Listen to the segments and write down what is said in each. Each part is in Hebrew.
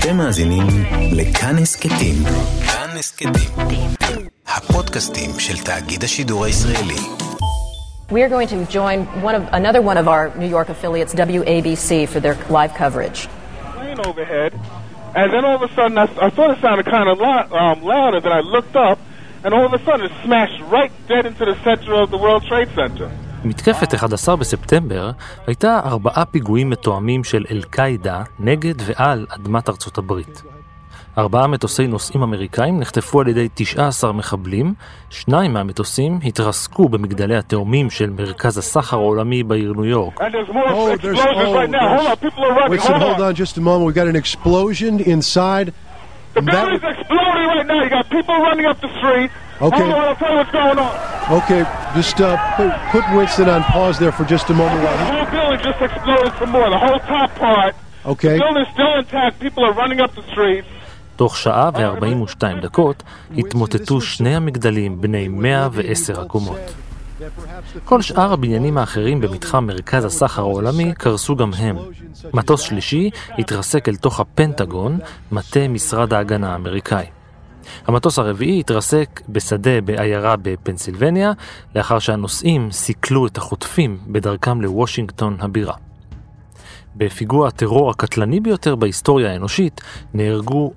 אתם מאזינים לכאן הסקטים. כאן הסקטים. הפודקאסטים של תאגיד השידור הישראלי. We are going to join another one of our New York affiliates, WABC, for their live coverage. Plane overhead, and then all of a sudden I thought it sounded kind of louder. Then I looked up, and all of a sudden it smashed right dead into the center of the World Trade Center. מתקפת 11 בספטמבר הייתה 4 פיגועים מתואמים של אל-קאידה נגד ועל אדמת ארצות הברית. 4 מטוסי נוסעים אמריקאים נחטפו על ידי 19 מחבלים, 2 מהמטוסים התרסקו במגדלי התאומים של מרכז הסחר העולמי בעיר ניו יורק. And there's more explosions right now. Hold on, people are running. Hold on just a moment. We've got an explosion inside. The building's exploding right now. You got people running up the street. Okay. Hold on, I'll tell you what's going on. Okay, just put Winston on pause there for just a moment. The whole building just exploded some more. The whole top part. Okay. The building's still intact. People are running up the streets. תוך שעה ו-42 דקות התמוטטו 2 המגדלים בני 110 הקומות. כל שאר הבניינים האחרים במתחם מרכז הסחר העולמי קרסו גם הם. מטוס שלישי התרסק אל תוך הפנטגון, מטה משרד ההגנה האמריקאי. המטוס הרביעי התרסק בשדה בעיירה בפנסילבניה, לאחר שהנוסעים סיכלו את החוטפים בדרכם לוושינגטון הבירה. בפיגוע הטרור הקטלני ביותר בהיסטוריה האנושית נהרגו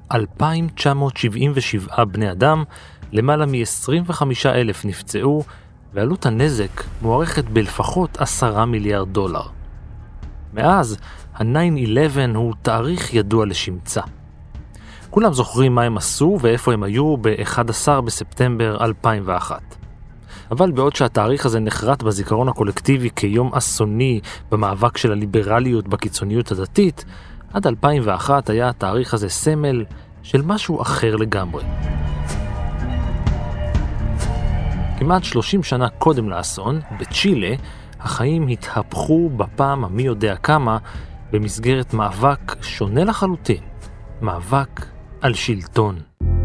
2,977 בני אדם, למעלה מ-25,000 נפצעו, ועלות הנזק מוערכת בלפחות $10 מיליארד. מאז, ה-9/11 הוא תאריך ידוע לשמצה. כולם זוכרים מה הם עשו ואיפה הם היו ב-11 בספטמבר 2001. אבל בעוד שהתאריך הזה נחרט בזיכרון הקולקטיבי כיום אסוני במאבק של הליברליות בקיצוניות הדתית, עד 2001 היה התאריך הזה סמל של משהו אחר לגמרי. כמעט 30 שנה קודם לאסון, בצ'ילה, החיים התהפכו בפעם המי יודע כמה במסגרת מאבק שונה לחלוטין, מאבק על שלטון.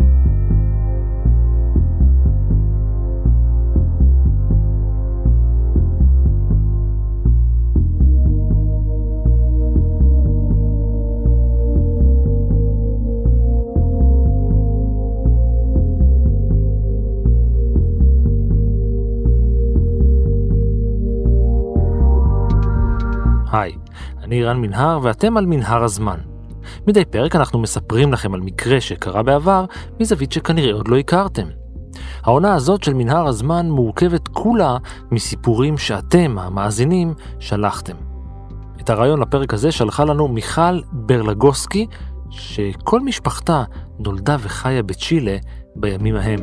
היי, אני רן מנהר ואתם על מנהר הזמן. מדי פרק אנחנו מספרים לכם על מקרה שקרה בעבר מזווית שכנראה עוד לא הכרתם. העונה הזאת של מנהר הזמן מורכבת כולה מסיפורים שאתם, המאזינים, שלחתם. את הרעיון לפרק הזה שלחה לנו מיכל ברלגוסקי, שכל משפחתה נולדה וחיה בצ'ילה בימים ההם.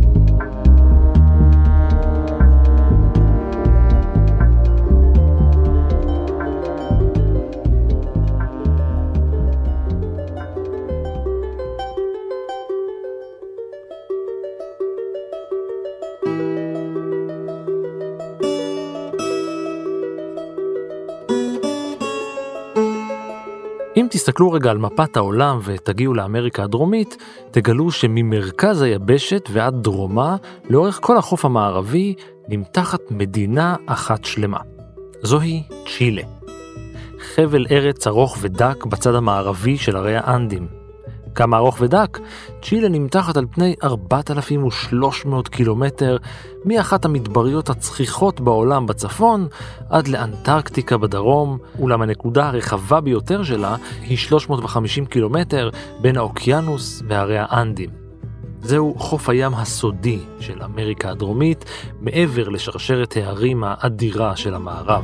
אם תסתכלו רגע על מפת העולם ותגיעו לאמריקה הדרומית, תגלו שממרכז היבשת ועד דרומה, לאורך כל החוף המערבי, נמתחת מדינה אחת שלמה. זוהי צ'ילה. חבל ארץ ארוך ודק בצד המערבי של הרי האנדים. כמה ארוך ודק? צ'ילה נמתחת על פני 4,300 קילומטר, מאחת המדבריות הצחיחות בעולם בצפון, עד לאנטרקטיקה בדרום, אולם הנקודה הרחבה ביותר שלה היא 350 קילומטר בין האוקיינוס והרי האנדים. זהו חוף הים הסודי של אמריקה הדרומית, מעבר לשרשרת הערים האדירה של המערב.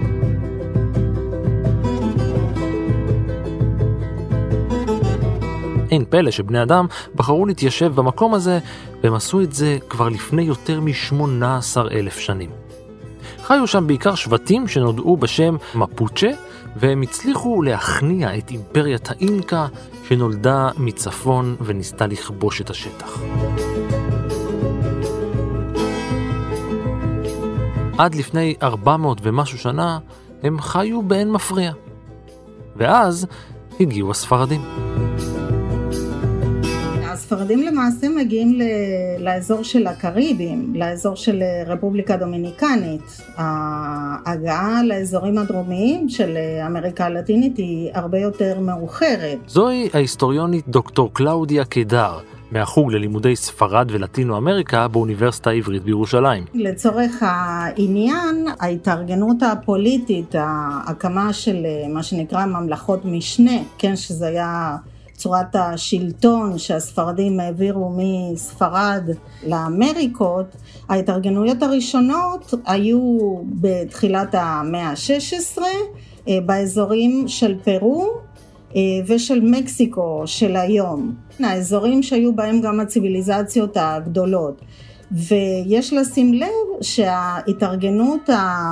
אין פלא שבני אדם בחרו להתיישב במקום הזה, והם עשו את זה כבר לפני יותר מ-18,000 שנים. חיו שם בעיקר שבטים שנודעו בשם מפוצ'ה, והם הצליחו להכניע את אימפריית האינקה שנולדה מצפון וניסתה לכבוש את השטח. עד לפני 400 ומשהו שנה הם חיו באין מפריע. ואז הגיעו הספרדים. הספרדים למעשה מגיעים לאזור של הקריבים, לאזור של רפובליקה דומיניקנית. ההגעה לאזורים הדרומיים של אמריקה הלטינית היא הרבה יותר מאוחרת. זוהי ההיסטוריונית דוקטור קלאודיה קדר, מהחוג ללימודי ספרד ולטינו אמריקה באוניברסיטה העברית בירושלים. לצורך העניין, ההתארגנות הפוליטית, ההקמה של מה שנקרא ממלכות משנה, כן, שזה היה צורת השלטון שהספרדים העבירו מספרד לאמריקות, ההתארגנויות הראשונות היו בתחילת המאה ה-16 באזורים של פרו ושל מקסיקו של היום. האזורים שהיו בהם גם הציביליזציות הגדולות. ויש לשים לב שההתארגנות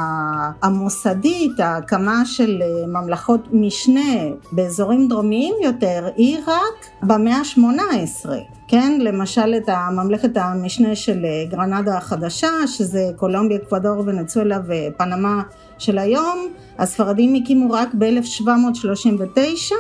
המוסדית, ההקמה של ממלכות משנה באזורים דרומיים יותר, היא רק במאה ה-18. כן, למשל את ממלכת המשנה של גרנדה החדשה, שזה קולומביה, אקוודור, ונצואלה ופנמה של היום, הספרדים הקימו רק ב-1739,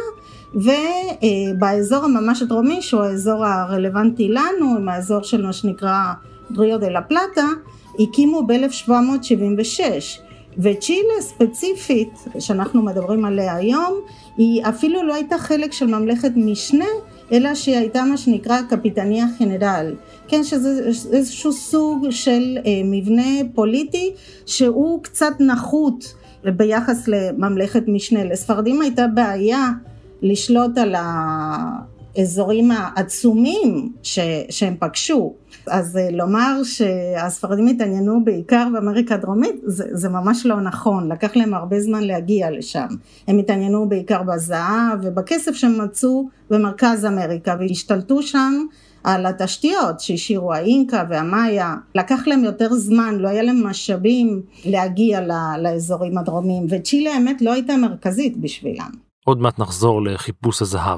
ובאזור הממש הדרומי, שהוא האזור הרלוונטי לנו, עם האזור של מה שנקרא דריו דה לה פלטה, הקימו ב-1776. וצ'ילה ספציפית, שאנחנו מדברים עליה היום, היא אפילו לא הייתה חלק של ממלכת משנה, אלא שהיא הייתה מה שנקרא קפיטניה גנרל. כן, שזה איזשהו סוג של מבנה פוליטי, שהוא קצת נחות ביחס לממלכת משנה. לספרדים הייתה בעיה לשלוט על האזורים העצומים שהם פגשו. אז לומר שהספרדים התעניינו בעיקר באמריקה הדרומית, זה ממש לא נכון. לקח להם הרבה זמן להגיע לשם. הם התעניינו בעיקר בזהב ובכסף שהם מצאו במרכז אמריקה, והשתלטו שם על התשתיות שהשאירו האינקה והמאיה. לקח להם יותר זמן, לא היה להם משאבים להגיע לאזורים הדרומיים, וצ'ילה האמת לא הייתה מרכזית בשבילם. עוד מעט נחזור לחיפוש הזהב.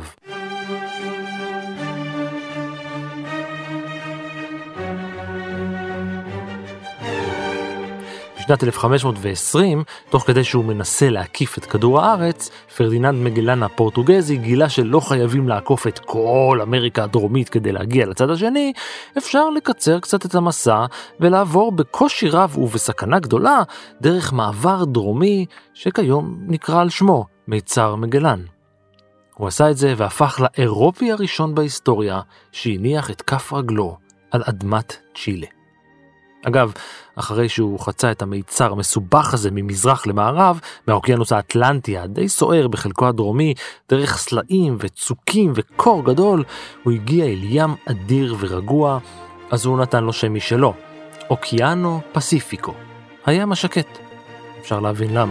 בשנת 1520, תוך כדי שהוא מנסה להקיף את כדור הארץ, פרדיננד מגלן הפורטוגזי גילה שלא חייבים לעקוף את כל אמריקה הדרומית כדי להגיע לצד השני, אפשר לקצר קצת את המסע ולעבור בקושי רב ובסכנה גדולה דרך מעבר דרומי שכיום נקרא על שמו, מיצר מגלן. הוא עשה את זה והפך לאירופי הראשון בהיסטוריה שהניח את כף רגלו על אדמת צ'ילה. אגב, אחרי שהוא חצה את המיצר המסובך הזה ממזרח למערב, מהאוקיינוס האטלנטי הדי סוער בחלקו הדרומי, דרך סלעים וצוקים וקור גדול, הוא הגיע אל ים אדיר ורגוע, אז הוא נתן לו שם משלו, אוקיאנו פסיפיקו, הים השקט. אפשר להבין למה.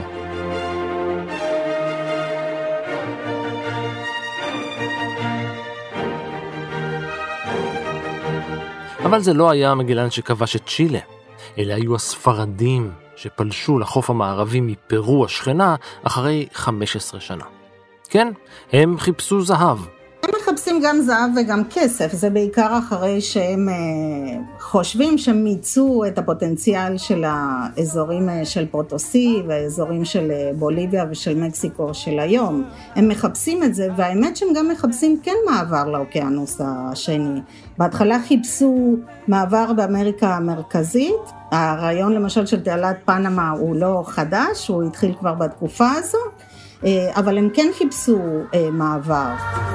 אבל זה לא היה מגלן שכבש את צ'ילה, אלה היו הספרדים שפלשו לחוף המערבי מפרו השכנה אחרי 15 שנה. כן, הם חיפשו זהב. הם מחפשים גם זהב וגם כסף, זה בעיקר אחרי שהם חושבים שהם מיצו את הפוטנציאל של האזורים של פוטוסי והאזורים של בוליביה ושל מקסיקו של היום. הם מחפשים את זה, והאמת שהם גם מחפשים כן מעבר לאוקיינוס השני. בהתחלה חיפשו מעבר באמריקה המרכזית, הרעיון למשל של תעלת פנמה הוא לא חדש, הוא התחיל כבר בתקופה הזו, אבל הם כן חיפשו מעבר.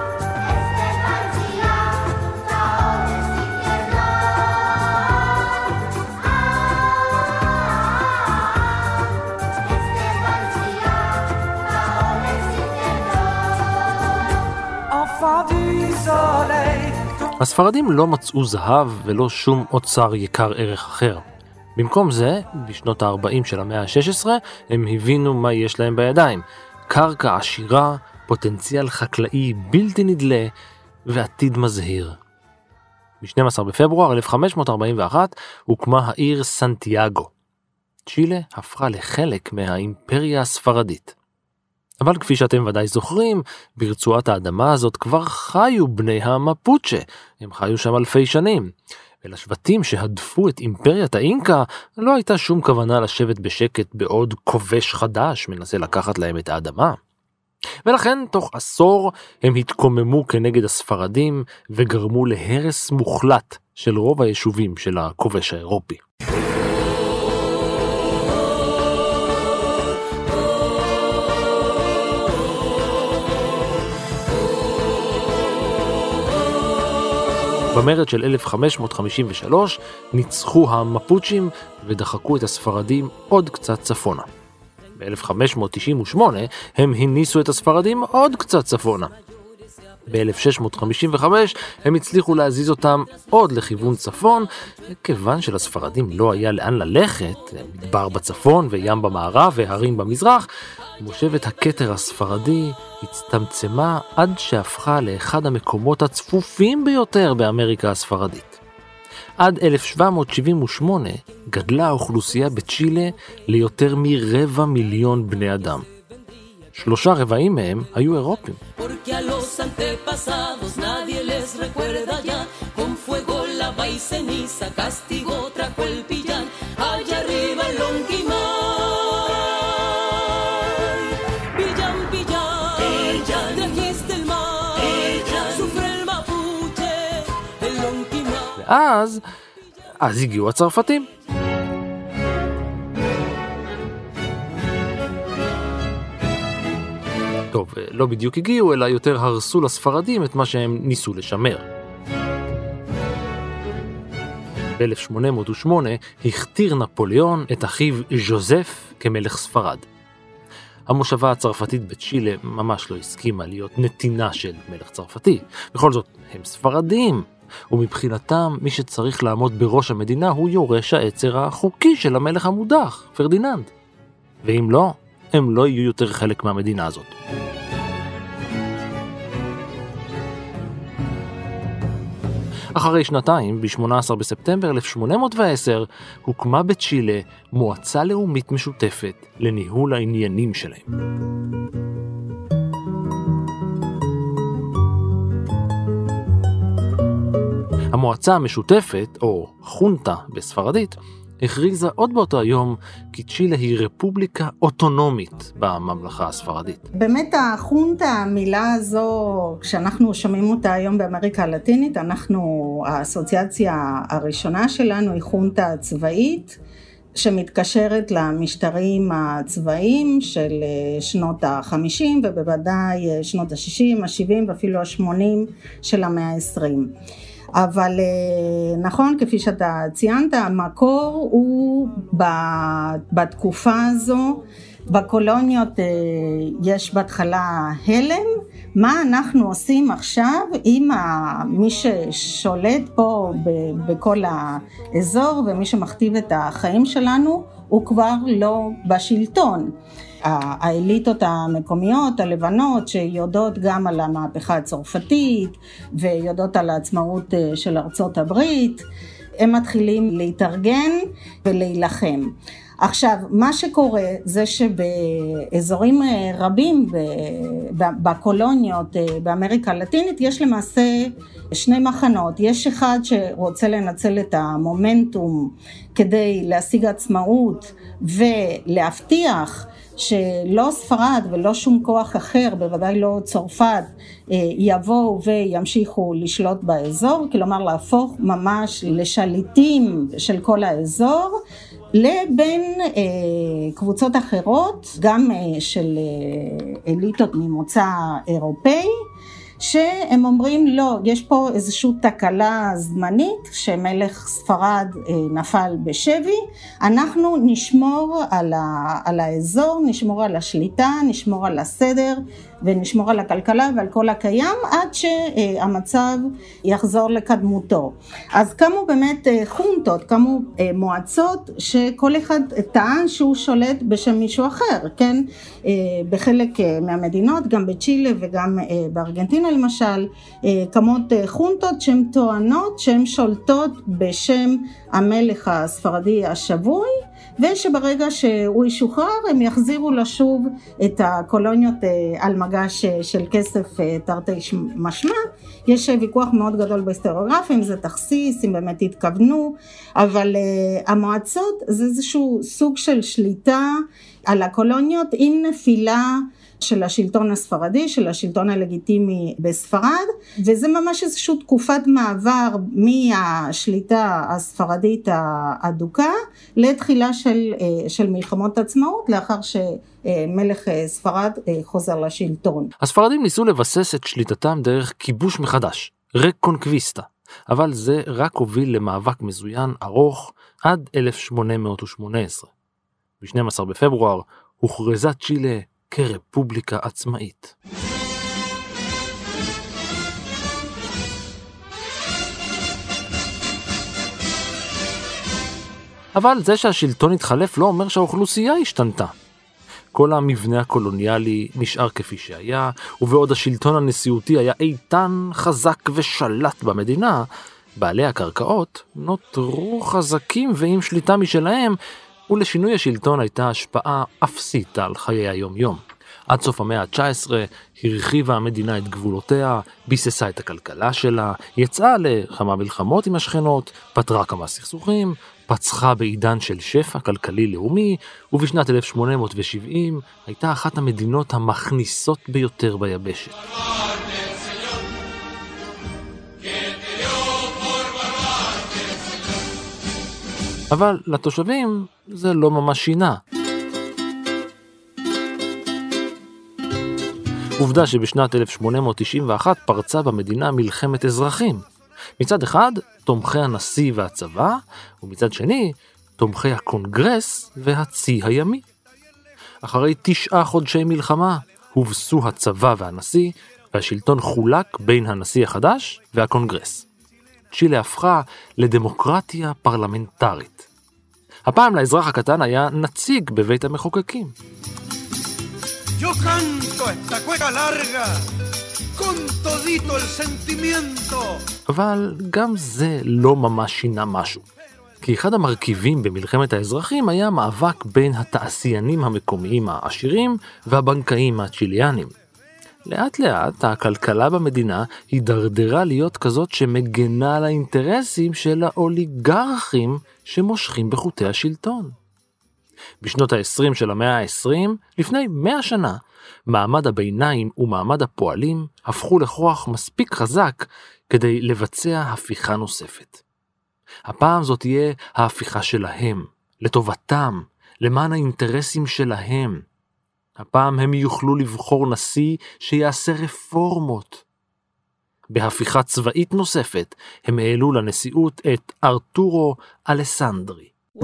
הספרדים לא מצאו זהב ולא שום אוצר יקר ערך אחר. במקום זה, בשנות ה-40 של המאה ה-16, הם הבינו מה יש להם בידיים. קרקע עשירה, פוטנציאל חקלאי בלתי נדלה ועתיד מזהיר. ב-12 בפברואר 1541 הוקמה העיר סנטיאגו. צ'ילה הפכה לחלק מהאימפריה הספרדית. אבל כפי שאתם ודאי זוכרים, ברצועת האדמה הזאת כבר חיו בני המפוצ'ה, הם חיו שם אלפי שנים. ולשבטים שהדפו את אימפריית האינקה לא הייתה שום כוונה לשבת בשקט בעוד כובש חדש מנסה לקחת להם את האדמה. ולכן תוך עשור הם התקוממו כנגד הספרדים וגרמו להרס מוחלט של רוב היישובים של הכובש האירופי. במרד של 1553 ניצחו המפוצ'ים ודחקו את הספרדים עוד קצת צפונה. ב-1598 הם הניסו את הספרדים עוד קצת צפונה. ב-1655 הם הצליחו להזיז אותם עוד לכיוון צפון, כיוון שלספרדים לא היה לאן ללכת, מדבר בצפון וים במערב והרים במזרח, מושבת הכתר הספרדי הצטמצמה עד שהפכה לאחד המקומות הצפופים ביותר באמריקה הספרדית. עד 1778 גדלה האוכלוסייה בצ'ילה ליותר מ250,000 בני אדם. 3/4 מהם היו אירופים. ואז הגיעו הצרפתים. טוב, לא בדיוק הגיעו, אלא יותר הרסו לספרדים את מה שהם ניסו לשמר. ב-1808 הכתיר נפוליאון את אחיו ז'וזף כמלך ספרד. המושבה הצרפתית בצ'ילה ממש לא הסכימה להיות נתינה של מלך צרפתי. בכל זאת, הם ספרדים, ומבחינתם מי שצריך לעמוד בראש המדינה הוא יורש העצר החוקי של המלך המודח, פרדיננד. ואם לא, הם לא יהיו יותר חלק מהמדינה הזאת. אחרי שנתיים, ב-18 בספטמבר 1810, הוקמה בצ'ילה מועצה לאומית משותפת לניהול העניינים שלהם. המועצה המשותפת, או חונטה בספרדית, הכריזה עוד באותו היום כי צ'ילה היא רפובליקה אוטונומית בממלכה הספרדית. באמת החונטה, המילה הזו, כשאנחנו שומעים אותה היום באמריקה הלטינית, האסוציאציה הראשונה שלנו היא חונטה צבאית, שמתקשרת למשטרים הצבאיים של שנות ה-50 ובוודאי שנות ה-60, ה-70 ואפילו ה-80 של המאה ה-20. אבל נכון, כפי שאתה ציינת, המקור הוא בתקופה הזו, בקולוניות יש בהתחלה הלם, מה אנחנו עושים עכשיו עם מי ששולט פה בכל האזור ומי שמכתיב את החיים שלנו, הוא כבר לא בשלטון. האליטות המקומיות, הלבנות, שיודעות גם על המהפכה הצרפתית ויודעות על העצמאות של ארצות הברית, הם מתחילים להתארגן ולהילחם. עכשיו, מה שקורה זה שבאזורים רבים בקולוניות באמריקה הלטינית יש למעשה שני מחנות. יש אחד שרוצה לנצל את המומנטום כדי להשיג עצמאות ולהבטיח שלא ספרד ולא שום כוח אחר, בוודאי לא צרפת, יבואו וימשיכו לשלוט באזור, כלומר להפוך ממש לשליטים של כל האזור, לבין קבוצות אחרות, גם של אליטות ממוצא אירופאי, שהם אומרים לא, יש פה איזושהי תקלה זמנית, שמלך ספרד נפל בשבי, אנחנו נשמור על האזור, נשמור על השליטה, נשמור על הסדר, ונשמור על הכלכלה ועל כל הקיים, עד שהמצב יחזור לקדמותו. אז קמו באמת חונטות, קמו מועצות, שכל אחד טען שהוא שולט בשם מישהו אחר, כן? בחלק מהמדינות, גם בצ'ילה וגם בארגנטינה למשל, קמות חונטות שהן טוענות שהן שולטות בשם המלך הספרדי השבוי, ושברגע שהוא ישוחרר הם יחזירו לשוב את הקולוניות על מגש של כסף תרתי משמע. יש ויכוח מאוד גדול בהיסטוריוגרפיה אם זה תכסיס, אם באמת התכוונו, אבל המועצות זה איזשהו סוג של שליטה על הקולוניות עם נפילה של השלטון הספרדי, של השלטון הלגיטימי בספרד, וזה ממש איזושהי תקופת מעבר מהשליטה הספרדית האדוקה לתחילה של מלחמות עצמאות, לאחר שמלך ספרד חוזר לשלטון. הספרדים ניסו לבסס את שליטתם דרך כיבוש מחדש, רקונקוויסטה, אבל זה רק הוביל למאבק מזוין ארוך עד 1818. ב-12 בפברואר הוכרזה צ'ילה כרפובליקה עצמאית. אבל זה שהשלטון התחלף לא אומר שהאוכלוסייה השתנתה. כל המבנה הקולוניאלי נשאר כפי שהיה, ובעוד השלטון הנשיאותי היה איתן, חזק ושלט במדינה, בעלי הקרקעות נותרו חזקים ועם שליטה משלהם, ולשינוי השלטון הייתה השפעה אפסית על חיי היום-יום. עד סוף המאה ה-19 הרחיבה המדינה את גבולותיה, ביססה את הכלכלה שלה, יצאה לכמה מלחמות עם השכנות, פתרה כמה סכסוכים, פצחה בעידן של שפע כלכלי לאומי, ובשנת 1870 הייתה אחת המדינות המכניסות ביותר ביבשת. אבל לתושבים זה לא ממש שינה. עובדה שבשנת 1891 פרצה במדינה מלחמת אזרחים. מצד אחד, תומכי הנשיא והצבא, ומצד שני, תומכי הקונגרס והצי הימי. אחרי 9 חודשי מלחמה, הובסו הצבא והנשיא, והשלטון חולק בין הנשיא החדש והקונגרס. צ'ילה הפכה לדמוקרטיה פרלמנטרית. הפעם לאזרח הקטן היה נציג בבית המחוקקים. Yo canto esta cueca larga con todito el sentimiento. אבל גם זה לא ממש שינה משהו. כי אחד המרכיבים במלחמת האזרחים היה מאבק בין התעשיינים המקומיים העשירים והבנקאים הצ'יליאנים. לאט לאט הכלכלה במדינה הידרדרה להיות כזאת שמגנה על האינטרסים של האוליגרכים שמושכים בחוטי השלטון. בשנות ה-20 של המאה ה-20, לפני 100 שנה, מעמד הביניים ומעמד הפועלים הפכו לכוח מספיק חזק כדי לבצע הפיכה נוספת. הפעם זאת תהיה ההפיכה שלהם, לטובתם, למען האינטרסים שלהם. הפעם הם יוכלו לבחור נשיא שיעשה רפורמות. בהפיכה צבאית נוספת הם העלו לנשיאות את ארתורו אלסנדרי.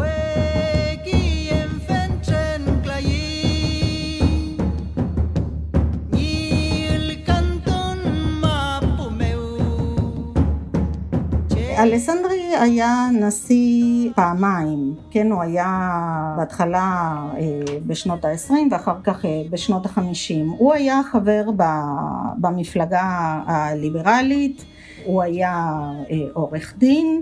אלסנדרי היה נשיא פעמיים, כן, הוא היה בהתחלה בשנות ה-20 ואחר כך בשנות ה-50. הוא היה חבר במפלגה הליברלית, הוא היה עורך דין,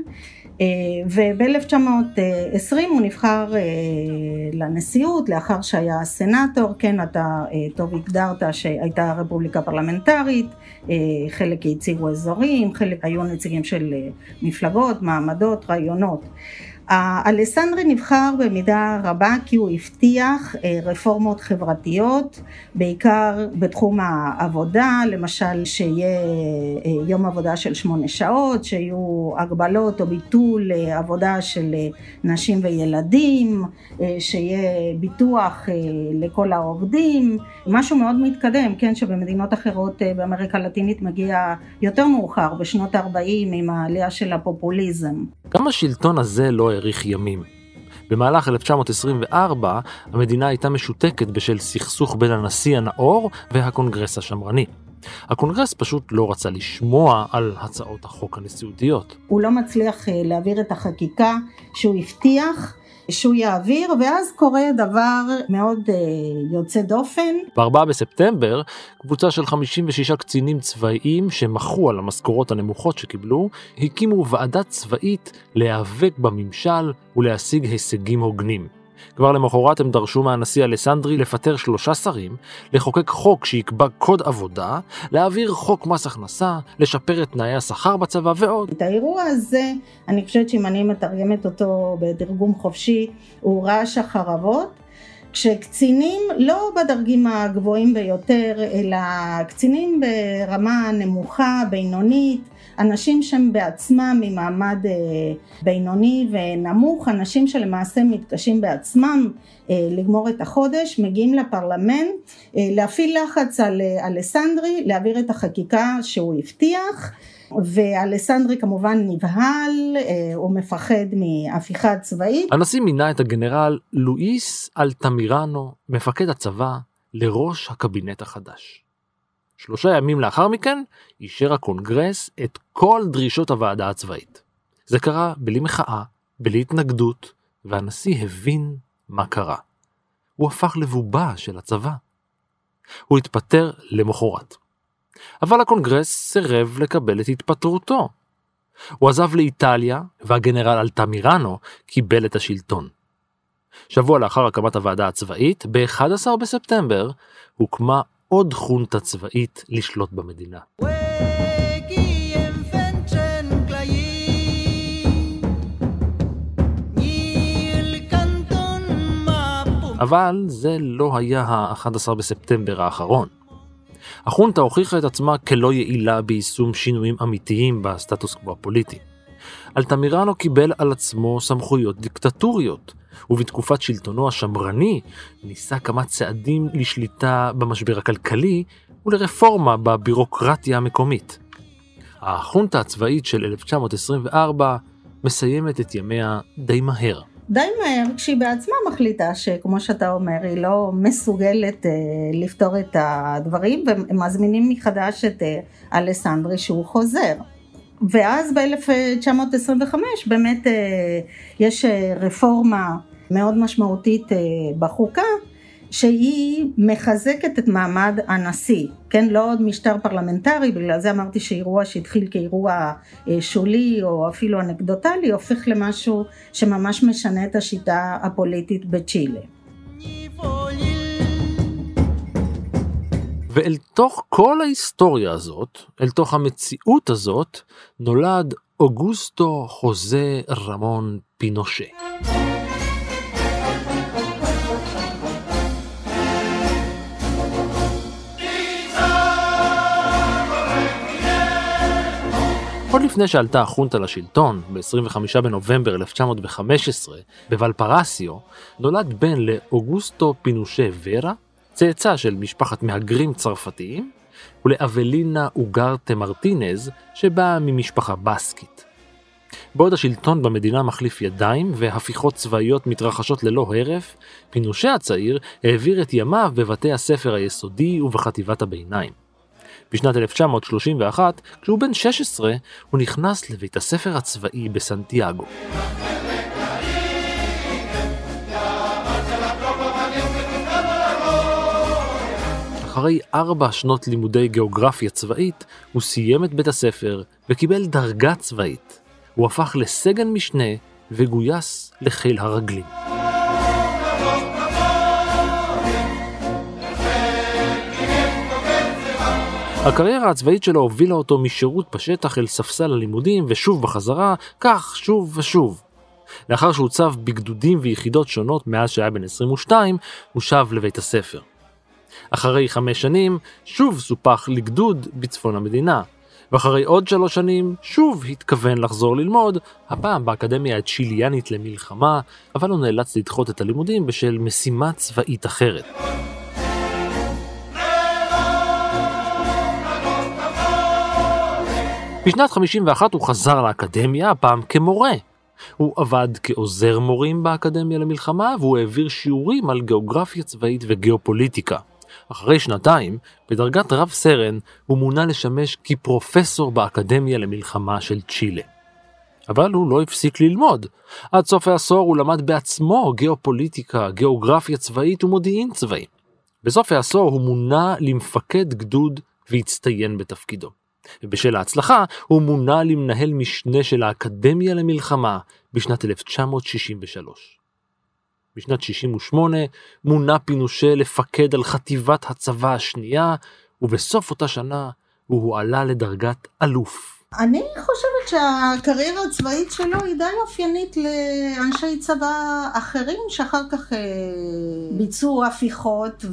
וב-1920 הוא נבחר לנשיאות לאחר שהיה סנאטור. כן, אתה טוב הגדרת שהייתה רפובליקה פרלמנטרית, חלק הציגו אזורים, חלק היו נציגים של מפלגות, מעמדות, רעיונות. אלסנדרי נבחר במידה רבה כי הוא הבטיח רפורמות חברתיות, בעיקר בתחום העבודה, למשל שיהיה יום עבודה של 8 שעות, שיהיו הגבלות או ביטול עבודה של נשים וילדים, שיהיה ביטוח לכל העובדים, משהו מאוד מתקדם, כן, שבמדינות אחרות באמריקה הלטינית מגיע יותר מאוחר, בשנות ה-40 עם העלייה של הפופוליזם. גם השלטון הזה לא האריך ימים. במהלך 1924 המדינה הייתה משותקת בשל סכסוך בין הנשיא הנאור והקונגרס השמרני. הקונגרס פשוט לא רצה לשמוע על הצעות החוק הנשיאותיות. הוא לא מצליח להעביר את החקיקה שהוא הבטיח שהוא יעביר, ואז קורה דבר מאוד יוצא דופן. ב-4 בספטמבר, קבוצה של 56 קצינים צבאיים שמחו על המשכורות הנמוכות שקיבלו, הקימו ועדה צבאית להיאבק בממשל ולהשיג הישגים הוגנים. כבר למחרת הם דרשו מהנשיא אלסנדרי לפטר 3 שרים, לחוקק חוק שיקבע קוד עבודה, להעביר חוק מס הכנסה, לשפר את תנאי השכר בצבא ועוד. את האירוע הזה, אני חושבת שאם אני מתרגמת אותו בתרגום חופשי, הוא רעש החרבות, כשקצינים לא בדרגים הגבוהים ביותר, אלא קצינים ברמה נמוכה, בינונית, אנשים שהם בעצמם ממעמד בינוני ונמוך, אנשים שלמעשה מתקשים בעצמם לגמור את החודש, מגיעים לפרלמנט, להפעיל לחץ על אלסנדרי, להעביר את החקיקה שהוא הבטיח, ואלסנדרי כמובן נבהל, הוא מפחד מהפיכה צבאית. הנשיא מינה את הגנרל לואיס אלטמירנו, מפקד הצבא, לראש הקבינט החדש. 3 ימים לאחר מכן אישר הקונגרס את כל דרישות הוועדה הצבאית. זה קרה בלי מחאה, בלי התנגדות, והנשיא הבין מה קרה. הוא הפך לבובה של הצבא. הוא התפטר למחרת. אבל הקונגרס סירב לקבל את התפטרותו. הוא עזב לאיטליה, והגנרל אלטמירנו קיבל את השלטון. שבוע לאחר הקמת הוועדה הצבאית, ב-11 בספטמבר, הוקמה עוד חונטה צבאית לשלוט במדינה. אבל זה לא היה ה-11 בספטמבר האחרון. החונטה הוכיחה את עצמה כלא יעילה ביישום שינויים אמיתיים בסטטוס קוו הפוליטי. אלטמירנו קיבל על עצמו סמכויות דיקטטוריות, ובתקופת שלטונו השמרני ניסה כמה צעדים לשליטה במשבר הכלכלי ולרפורמה בבירוקרטיה המקומית. החונטה הצבאית של 1924 מסיימת את ימיה די מהר. די מהר, כשהיא בעצמה מחליטה שכמו שאתה אומר, היא לא מסוגלת לפתור את הדברים, ומזמינים מחדש את אלסנדרי שהוא חוזר. ואז ב-1925 באמת יש רפורמה מאוד משמעותית בחוקה, שהיא מחזקת את מעמד הנשיא, כן? לא עוד משטר פרלמנטרי, בגלל זה אמרתי שאירוע שהתחיל כאירוע שולי או אפילו אנקדוטלי, הופך למשהו שממש משנה את השיטה הפוליטית בצ'ילה. ואל תוך כל ההיסטוריה הזאת, אל תוך המציאות הזאת, נולד אוגוסטו חוזה רמון פינושה. עוד לפני שעלתה החונטה לשלטון, ב-25 בנובמבר 1915, בוולפרסיו, נולד בן לאוגוסטו פינושה ורה, צאצא של משפחת מהגרים צרפתיים, ולאבלינה אוגרטה מרטינז, שבאה ממשפחה בסקית. בעוד השלטון במדינה מחליף ידיים והפיכות צבאיות מתרחשות ללא הרף, פינושה הצעיר העביר את ימיו בבתי הספר היסודי ובחטיבת הביניים. בשנת 1931, כשהוא בן 16, הוא נכנס לבית הספר הצבאי בסנטיאגו. אחרי 4 שנות לימודי גיאוגרפיה צבאית, הוא סיים את בית הספר וקיבל דרגה צבאית. הוא הפך לסגן משנה וגויס לחיל הרגלים. הקריירה הצבאית שלו הובילה אותו משירות בשטח אל ספסל הלימודים ושוב בחזרה, כך שוב ושוב. לאחר שהוצב בגדודים ויחידות שונות מאז שהיה בן 22, הוא שב לבית הספר. אחרי 5 שנים, שוב סופח לגדוד בצפון המדינה, ואחרי עוד 3 שנים, שוב התכוון לחזור ללמוד, הפעם באקדמיה הצ'יליאנית למלחמה, אבל הוא נאלץ לדחות את הלימודים בשל משימה צבאית אחרת. בשנת 51 הוא חזר לאקדמיה, הפעם כמורה. הוא עבד כעוזר מורים באקדמיה למלחמה, והוא העביר שיעורים על גיאוגרפיה צבאית וגיאופוליטיקה. אחרי 2 בדרגת רב סרן, הוא מונה לשמש כפרופסור באקדמיה למלחמה של צ'ילה. אבל הוא לא הפסיק ללמוד. עד סוף העשור הוא למד בעצמו גיאופוליטיקה, גיאוגרפיה צבאית ומודיעין צבאי. בסוף העשור הוא מונה למפקד גדוד והצטיין בתפקידו. ובשל ההצלחה הוא מונה למנהל משנה של האקדמיה למלחמה בשנת 1963. בשנת 68 מונה פינושה לפקד על חטיבת הצבא השנייה, ובסוף אותה שנה הוא הועלה לדרגת אלוף. אני חושבת שהקריירה הצבאית שלו היא די אופיינית לאנשי צבא אחרים שאחר כך ביצעו הפיכות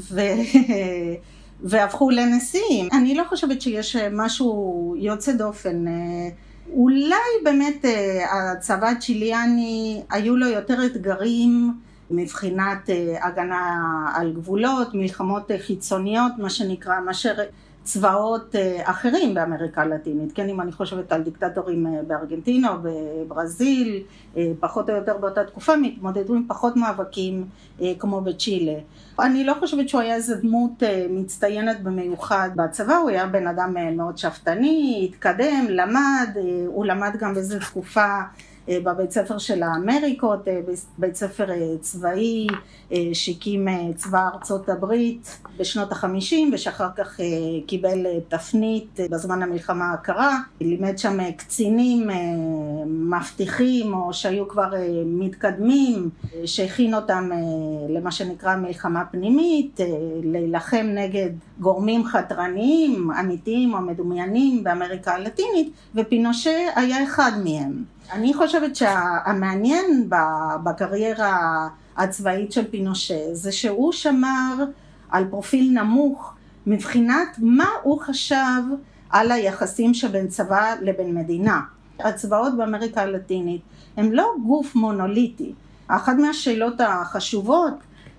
והפכו לנשיאים. אני לא חושבת שיש משהו יוצא דופן. אולי באמת הצבא הצ'יליאני היו לו יותר אתגרים מבחינת הגנה על גבולות, מלחמות חיצוניות, מה שנקרא, מאשר צבאות אחרים באמריקה הלטינית. כן, אם אני חושבת על דיקטטורים בארגנטינה או בברזיל, פחות או יותר באותה תקופה, מתמודדו עם פחות מאבקים כמו בצ'ילה. אני לא חושבת שהוא היה איזו דמות מצטיינת במיוחד בצבא, הוא היה בן אדם מאוד שפטני, התקדם, למד, הוא למד גם באיזו תקופה בבית ספר של האמריקות, בית ספר צבאי שהקים צבא ארצות הברית בשנות ה-50, ושאחר כך קיבל תפנית בזמן המלחמה הקרה, לימד שם קצינים מבטיחים או שהיו כבר מתקדמים, שהכין אותם למה שנקרא מלחמה פנימית, להילחם נגד גורמים חתרניים, אמיתיים או מדומיינים באמריקה הלטינית, ופינושה היה אחד מהם. אני חושבת שהמעניין בקריירה הצבאית של פינושה זה שהוא שמר על פרופיל נמוך מבחינת מה הוא חשב על היחסים שבין צבא לבין מדינה. הצבאות באמריקה הלטינית הם לא גוף מונוליטי. אחת מהשאלות החשובות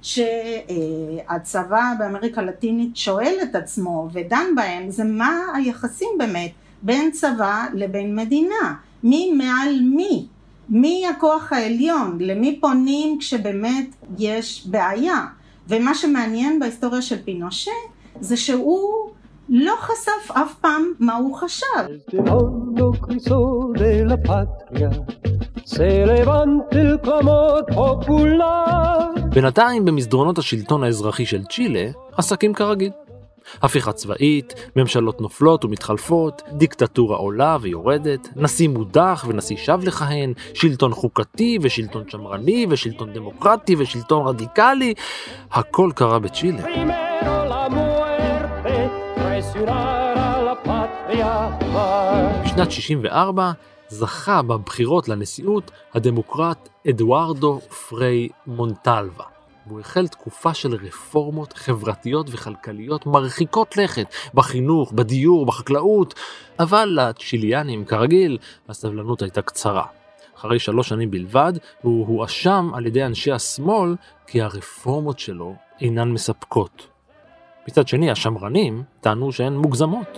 שהצבא באמריקה הלטינית שואל את עצמו ודן בהם זה מה היחסים באמת בין צבא לבין מדינה. מי מעל מי? מי הכוח העליון? למי פונים כשבאמת יש בעיה? ומה שמעניין בהיסטוריה של פינושה זה שהוא לא חשף אף פעם מה הוא חשב. בינתיים במסדרונות השלטון האזרחי של צ'ילה, עסקים כרגיל. הפיכה צבאית, ממשלות נופלות ומתחלפות, דיקטטורה עולה ויורדת, נשיא מודח ונשיא שב לכהן, שלטון חוקתי ושלטון שמרני ושלטון דמוקרטי ושלטון רדיקלי, הכל קרה בצ'ילה. בשנת 64 זכה בבחירות לנשיאות הדמוקרט אדוארדו פריי מונטלווה. והוא החל תקופה של רפורמות חברתיות וכלכליות מרחיקות לכת בחינוך, בדיור, בחקלאות, אבל לצ'יליאנים כרגיל הסבלנות הייתה קצרה. אחרי 3 שנים בלבד הוא הואשם על ידי אנשי השמאל כי הרפורמות שלו אינן מספקות. מצד שני השמרנים טענו שהן מוגזמות.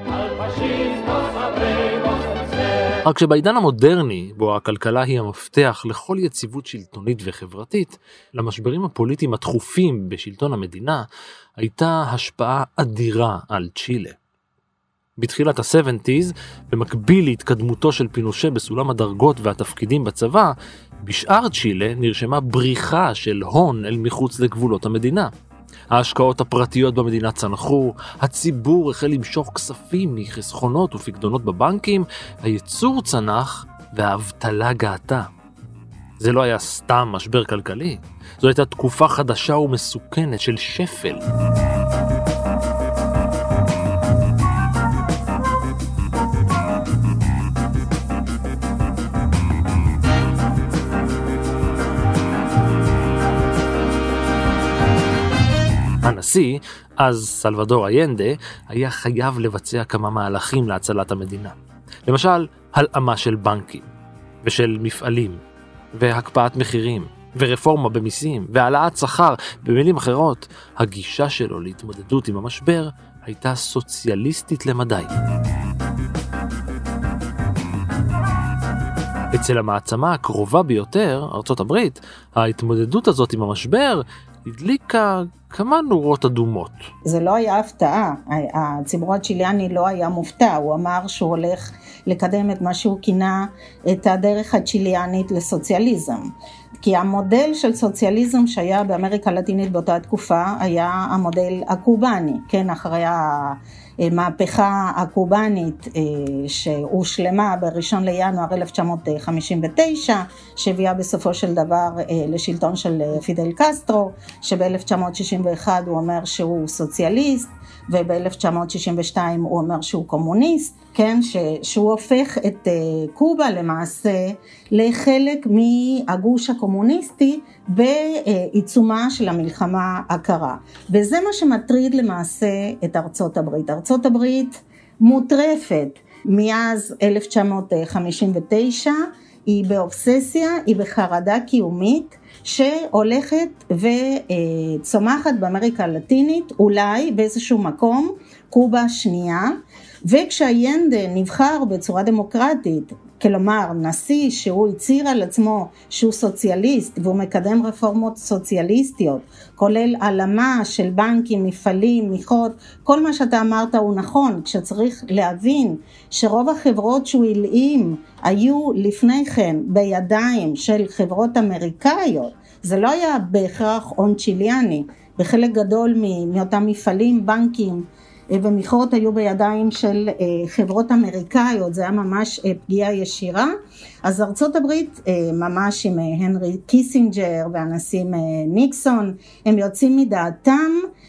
רק שבעידן המודרני, בו הכלכלה היא המפתח לכל יציבות שלטונית וחברתית, למשברים הפוליטיים התכופים בשלטון המדינה, הייתה השפעה אדירה על צ'ילה. בתחילת ה-70s, במקביל להתקדמותו של פינושה בסולם הדרגות והתפקידים בצבא, בשאר צ'ילה נרשמה בריחה של הון אל מחוץ לגבולות המדינה. ההשקעות הפרטיות במדינה צנחו, הציבור החל למשוך כספים מחסכונות ופקדונות בבנקים, הייצור צנח והאבטלה גאתה. זה לא היה סתם משבר כלכלי, זו הייתה תקופה חדשה ומסוכנת של שפל. הנשיא, אז סלבדור איינדה, היה חייב לבצע כמה מהלכים להצלת המדינה. למשל, הלאמה של בנקים, ושל מפעלים, והקפאת מחירים, ורפורמה במיסים, והעלאת שכר. במילים אחרות, הגישה שלו להתמודדות עם המשבר הייתה סוציאליסטית למדי. אצל המעצמה הקרובה ביותר, ארצות הברית, ההתמודדות הזאת עם המשבר הדליקה כמה נורות אדומות. זה לא היה הפתעה, הציבור הצ'יליאני לא היה מופתע, הוא אמר שהוא הולך לקדם את מה שהוא כינה את הדרך הצ'יליאנית לסוציאליזם. כי המודל של סוציאליזם שהיה באמריקה הלטינית באותה תקופה היה המודל הקובני, כן, אחרי המהפכה הקובנית שהושלמה ב1 לינואר 1959, שהביאה בסופו של דבר לשלטון של פידל קסטרו, שב-1961 הוא אומר שהוא סוציאליסט, וב-1962 הוא אומר שהוא קומוניסט, כן, שהוא הופך את קובה למעשה לחלק מהגוש הקומוניסטי בעיצומה של המלחמה הקרה. וזה מה שמטריד למעשה את ארצות הברית. ארצות הברית מוטרפת מאז 1959, היא באובססיה, היא בחרדה קיומית, שהולכת וצומחת באמריקה הלטינית, אולי באיזשהו מקום, קובה שנייה, וכשהיינדה נבחר בצורה דמוקרטית, כלומר נשיא שהוא הצהיר על עצמו שהוא סוציאליסט, והוא מקדם רפורמות סוציאליסטיות, כולל עלמה של בנקים, מפעלים, מיכות, כל מה שאתה אמרת הוא נכון, כשצריך להבין שרוב החברות שהוא הלאים היו לפני כן בידיים של חברות אמריקאיות, זה לא היה בהכרח הון צ'יליאני, בחלק גדול מאותם מפעלים, בנקים ומיכות היו בידיים של חברות אמריקאיות, זה היה ממש פגיעה ישירה. אז ארצות הברית ממש עם הנרי קיסינג'ר והנשיא ניקסון, הם יוצאים מדעתם,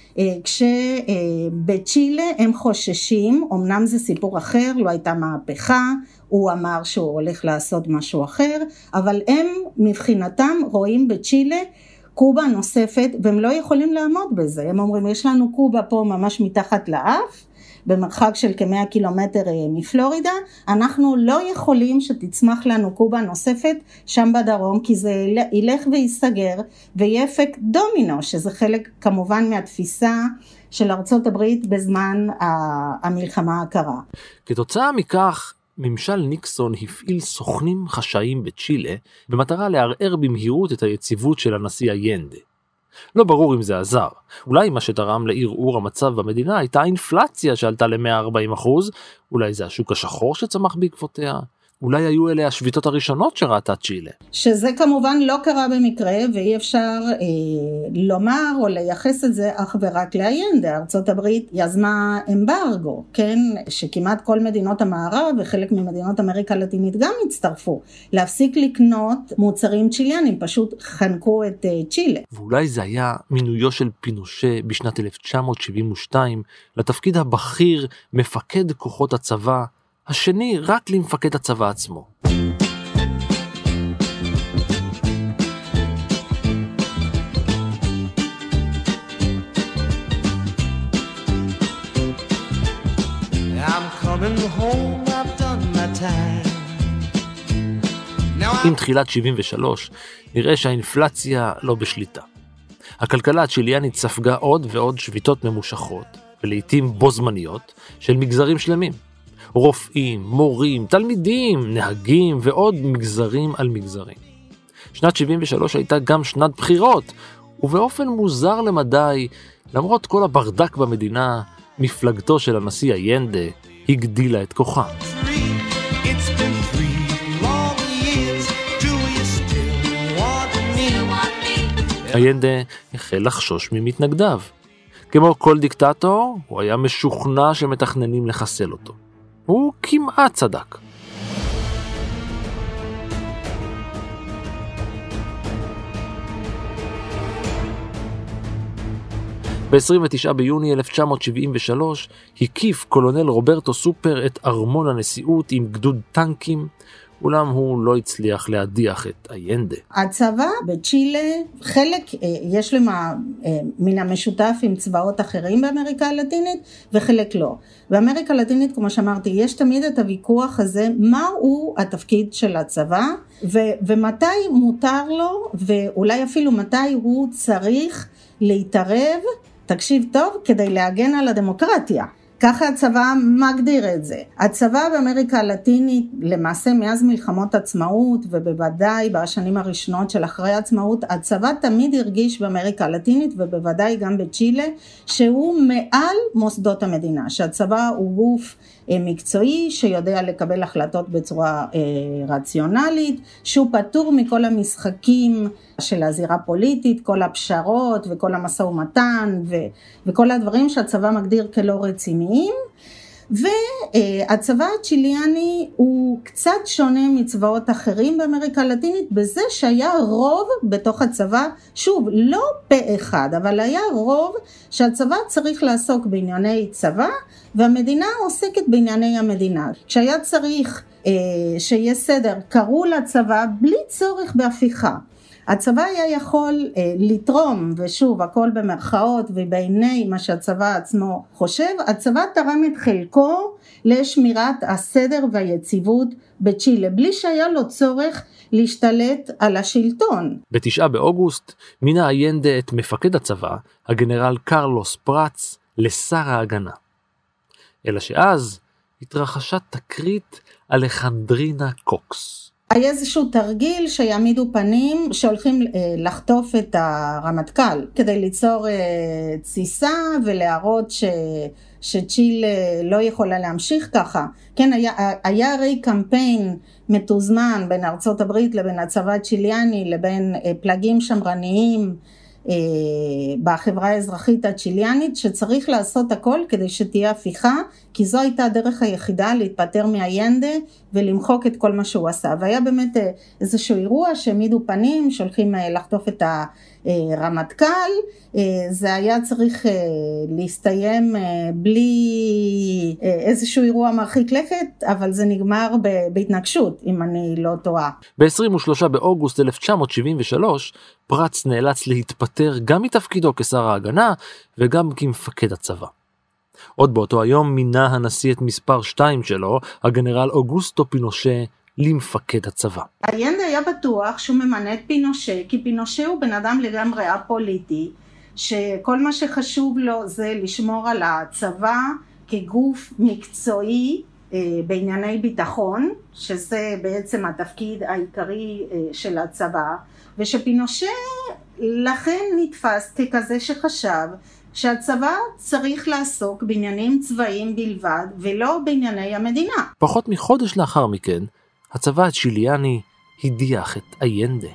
כשבצ'ילה הם חוששים, אמנם זה סיפור אחר, לא הייתה מהפכה, הוא אמר שהוא הולך לעשות משהו אחר, אבל הם מבחינתם רואים בצ'ילה קובה נוספת, והם לא יכולים לעמוד בזה. הם אומרים, יש לנו קובה פה ממש מתחת לאף, במרחק של כ100 קילומטר מפלורידה, אנחנו לא יכולים שתצמח לנו קובה נוספת שם בדרום, כי זה ילך ויסגר, ויהיה אפקט דומינו, שזה חלק כמובן מהתפיסה של ארצות הברית בזמן המלחמה הקרה. כתוצאה מכך, ממשל ניקסון הפעיל סוכנים חשאיים בצ'ילה, במטרה לערער במהירות את היציבות של הנשיא איינדה. לא ברור אם זה עזר. אולי מה שתרם לערעור המצב במדינה הייתה האינפלציה שעלתה ל140%, אולי זה השוק השחור שצמח בעקבותיה, אולי היו אלה השביתות הראשונות שראתה צ'ילה. שזה כמובן לא קרה במקרה, ואי אפשר לומר או לייחס את זה אך ורק לאיינדה. ארצות הברית יזמה אמברגו, כן? שכמעט כל מדינות המערב וחלק ממדינות אמריקה הלטינית גם הצטרפו, להפסיק לקנות מוצרים צ'יליאנים, פשוט חנקו את צ'ילה. ואולי זה היה מינויו של פינושה בשנת 1972 לתפקיד הבכיר מפקד כוחות הצבא, השני רק למפקד הצבא עצמו. עם תחילת 73 נראה שהאינפלציה לא בשליטה. הכלכלה הצ'יליאנית ספגה עוד ועוד שביתות ממושכות, ולעיתים בו זמניות, של מגזרים שלמים. רופאים, מורים, תלמידים, נהגים ועוד מגזרים על מגזרים. שנת 73 הייתה גם שנת בחירות, ובאופן מוזר למדי, למרות כל הברדק במדינה, מפלגתו של הנשיא איינדה הגדילה את כוחה. איינדה החל לחשוש ממתנגדיו. כמו כל דיקטטור, הוא היה משוכנע שמתכננים לחסל אותו. הוא כמעט צדק. ב-29 ביוני 1973 הקיף קולונל רוברטו סופר את ארמון הנשיאות עם גדוד טנקים, אולם הוא לא הצליח להדיח את איינדה. הצבא בצ'ילה, חלק יש למה מן המשותף עם צבאות אחרים באמריקה הלטינית, וחלק לא. באמריקה הלטינית, כמו שאמרתי, יש תמיד את הוויכוח הזה, מהו התפקיד של הצבא, ומתי מותר לו, ואולי אפילו מתי הוא צריך להתערב, תקשיב טוב, כדי להגן על הדמוקרטיה. ככה הצבא מגדיר את זה. הצבא באמריקה הלטינית, למעשה מאז מלחמות עצמאות, ובוודאי בשנים הראשונות של אחרי עצמאות, הצבא תמיד הרגיש באמריקה הלטינית, ובוודאי גם בצ'ילה, שהוא מעל מוסדות המדינה, שהצבא הוא גוף מקצועי, שיודע לקבל החלטות בצורה רציונלית, שהוא פטור מכל המשחקים של הזירה פוליטית, כל הפשרות וכל המשא ומתן וכל הדברים שהצבא מגדיר כלא רציניים. והצבא הצ'יליאני הוא קצת שונה מצבאות אחרים באמריקה הלטינית בזה שהיה רוב בתוך הצבא, שוב לא פה אחד, אבל היה רוב שהצבא צריך לעסוק בענייני צבא והמדינה עוסקת בענייני המדינה. כשהיה צריך שיהיה סדר, קראו לצבא בלי צורך בהפיכה. הצבא היה יכול לתרום, ושוב הכל במרכאות ובעיני מה שהצבא עצמו חושב, הצבא תרם את חלקו לשמירת הסדר והיציבות בצ'ילה, בלי שהיה לו צורך להשתלט על השלטון. ב9 באוגוסט מינה איינדה את מפקד הצבא, הגנרל קרלוס פרץ, לשר ההגנה. אלא שאז התרחשה תקרית אלכסנדרינה קוקס. היה איזשהו תרגיל שיעמידו פנים שהולכים לחטוף את הרמטכ"ל כדי ליצור תסיסה ולהראות שצ'ילה לא יכולה להמשיך ככה. כן, היה הרי קמפיין מתוזמן בין ארצות הברית לבין הצבא הצ'יליאני לבין פלגים שמרניים בחברה האזרחית הצ'יליאנית שצריך לעשות הכל כדי שתהיה הפיכה, כי זו הייתה הדרך היחידה להתפטר מאיינדה ולמחוק את כל מה שהוא עשה. והיה באמת איזשהו אירוע שהעמידו פנים שהולכים לחטוף את הרמטכ"ל, זה היה צריך להסתיים בלי איזשהו אירוע מרחיק לכת, אבל זה נגמר בהתנגשות אם אני לא טועה. ב-23 באוגוסט 1973 פרץ נאלץ להתפטר גם מתפקידו כשר ההגנה וגם כמפקד הצבא. עוד באותו היום מינה הנשיא את מספר 2 שלו, הגנרל אוגוסטו פינושה, למפקד הצבא. איינדה היה בטוח שהוא ממנה את פינושה, כי פינושה הוא בן אדם לגמרי הפוליטי, שכל מה שחשוב לו זה לשמור על הצבא כגוף מקצועי בענייני ביטחון, שזה בעצם התפקיד העיקרי של הצבא, ושפינושה לכן נתפס ככזה שחשב שהצבא צריך לעסוק בעניינים צבאיים בלבד ולא בענייני המדינה. פחות מחודש לאחר מכן, הצבא הצ'יליאני הדיח את איינדה.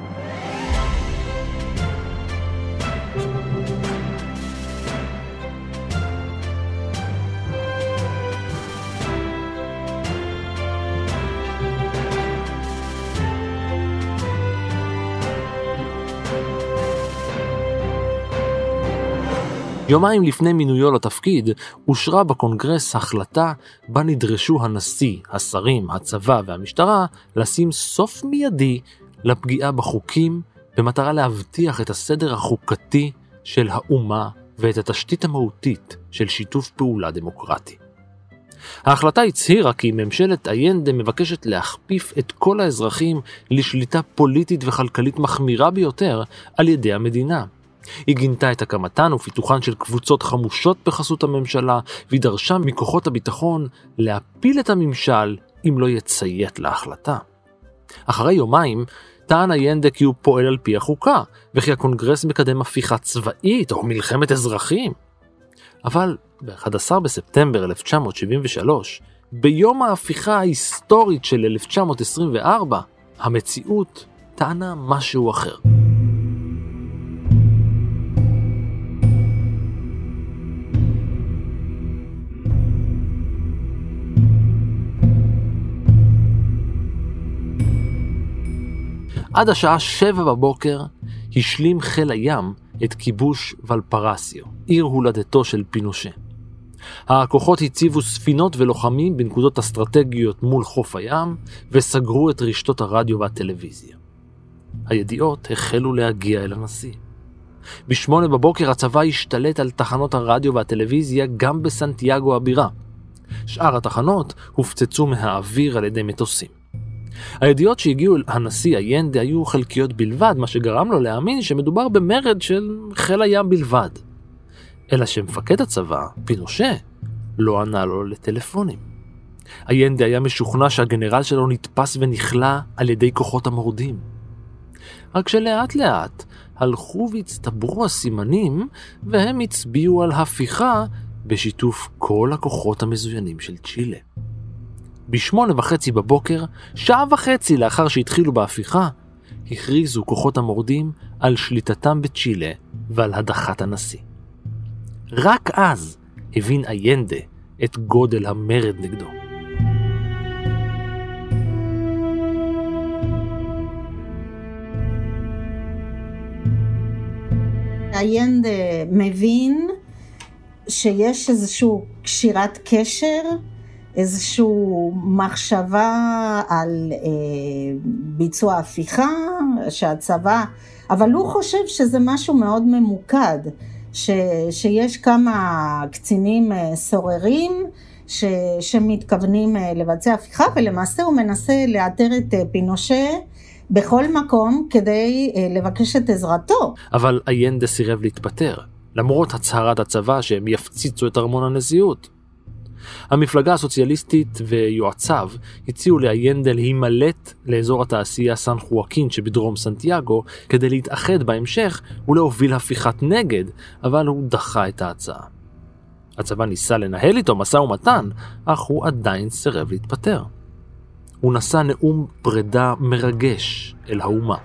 יומיים לפני מינויו לתפקיד, אושרה בקונגרס החלטה בה נדרשו הנשיא, השרים, הצבא והמשטרה לשים סוף מיידי לפגיעה בחוקים במטרה להבטיח את הסדר החוקתי של האומה ואת התשתית המהותית של שיתוף פעולה דמוקרטי. ההחלטה הצהירה כי ממשלת איינדה מבקשת להכפיף את כל האזרחים לשליטה פוליטית וכלכלית מחמירה ביותר על ידי המדינה. היא גינתה את הקמתן ופיתוחן של קבוצות חמושות בחסות הממשלה, והיא דרשה מכוחות הביטחון להפיל את הממשל אם לא יציית להחלטה. אחרי יומיים טען איינדה כי הוא פועל על פי החוקה, וכי הקונגרס מקדם הפיכה צבאית או מלחמת אזרחים. אבל ב-11 בספטמבר 1973, ביום ההפיכה ההיסטורית של 1924, המציאות טענה משהו אחר. עד השעה 7 בבוקר השלים חיל הים את כיבוש ולפרסיו, עיר הולדתו של פינושה. הכוחות הציבו ספינות ולוחמים בנקודות אסטרטגיות מול חוף הים, וסגרו את רשתות הרדיו והטלוויזיה. הידיעות החלו להגיע אל הנשיא. ב8 בבוקר הצבא השתלט על תחנות הרדיו והטלוויזיה גם בסנטיאגו הבירה. שאר התחנות הופצצו מהאוויר על ידי מטוסים. הידיעות שהגיעו אל הנשיא איינדה היו חלקיות בלבד, מה שגרם לו להאמין שמדובר במרד של חיל הים בלבד. אלא שמפקד הצבא, פינושה, לא ענה לו לטלפונים. איינדה היה משוכנע שהגנרל שלו נתפס ונכלה על ידי כוחות המורדים. רק שלאט לאט הלכו והצטברו הסימנים, והם הצביעו על הפיכה בשיתוף כל הכוחות המזוינים של צ'ילה. ב8:30 בבוקר, שעה וחצי לאחר שהתחילו בהפיכה, הכריזו כוחות המורדים על שליטתם בצ'ילה ועל הדחת הנשיא. רק אז הבין איינדה את גודל המרד נגדו. איינדה מבין שיש איזשהו קשירת קשר, איזשהו מחשבה על ביצוע הפיכה, שהצבא, אבל הוא חושב שזה משהו מאוד ממוקד, שיש כמה קצינים סוררים שמתכוונים לבצע הפיכה, ולמעשה הוא מנסה לאתר את פינושה בכל מקום כדי לבקש את עזרתו. אבל איינדה סירב להתפטר, למרות הצהרת הצבא שהם יפציצו את ארמון הנשיאות. המפלגה הסוציאליסטית ויועציו הציעו לאיינדה להימלט לאזור התעשייה סן חואקין שבדרום סנטיאגו כדי להתאחד בהמשך ולהוביל הפיכת נגד, אבל הוא דחה את ההצעה. הצבא ניסה לנהל איתו משא ומתן, אך הוא עדיין סירב להתפטר. הוא נשא נאום פרידה מרגש אל האומה.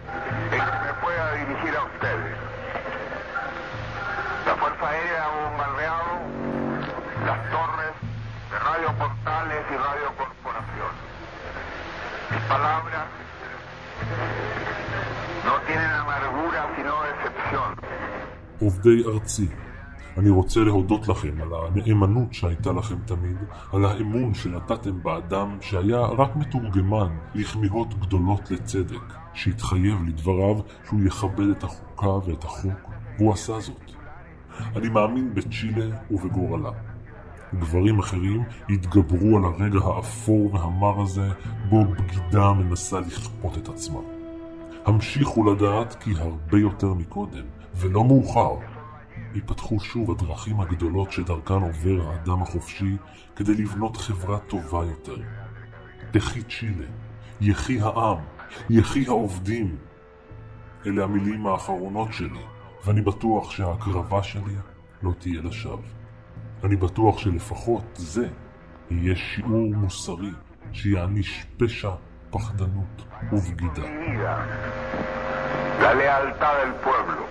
עובדי ארצי, אני רוצה להודות לכם על הנאמנות שהייתה לכם תמיד, על האמון שנתתם באדם שהיה רק מתורגמן לכמיהות גדולות לצדק, שהתחייב לדבריו שהוא יכבד את החוקה ואת החוק, והוא עשה זאת. אני מאמין בצ'ילה ובגורלה. גברים אחרים התגברו על הרגע האפור והמר הזה, בו בגידה מנסה לכפות את עצמה. המשיכו לדעת כי הרבה יותר מקודם, ולא מאוחר, ייפתחו שוב הדרכים הגדולות שדרכן עובר האדם החופשי כדי לבנות חברה טובה יותר. תחי צ'ילה, יחי העם, יחי העובדים. אלה המילים האחרונות שלי, ואני בטוח שההקרבה שלי לא תהיה לשווא. אני בטוח שלפחות זה יהיה שיעור מוסרי שיעניש פשע, פחדנות ובגידה. La lealtad del pueblo.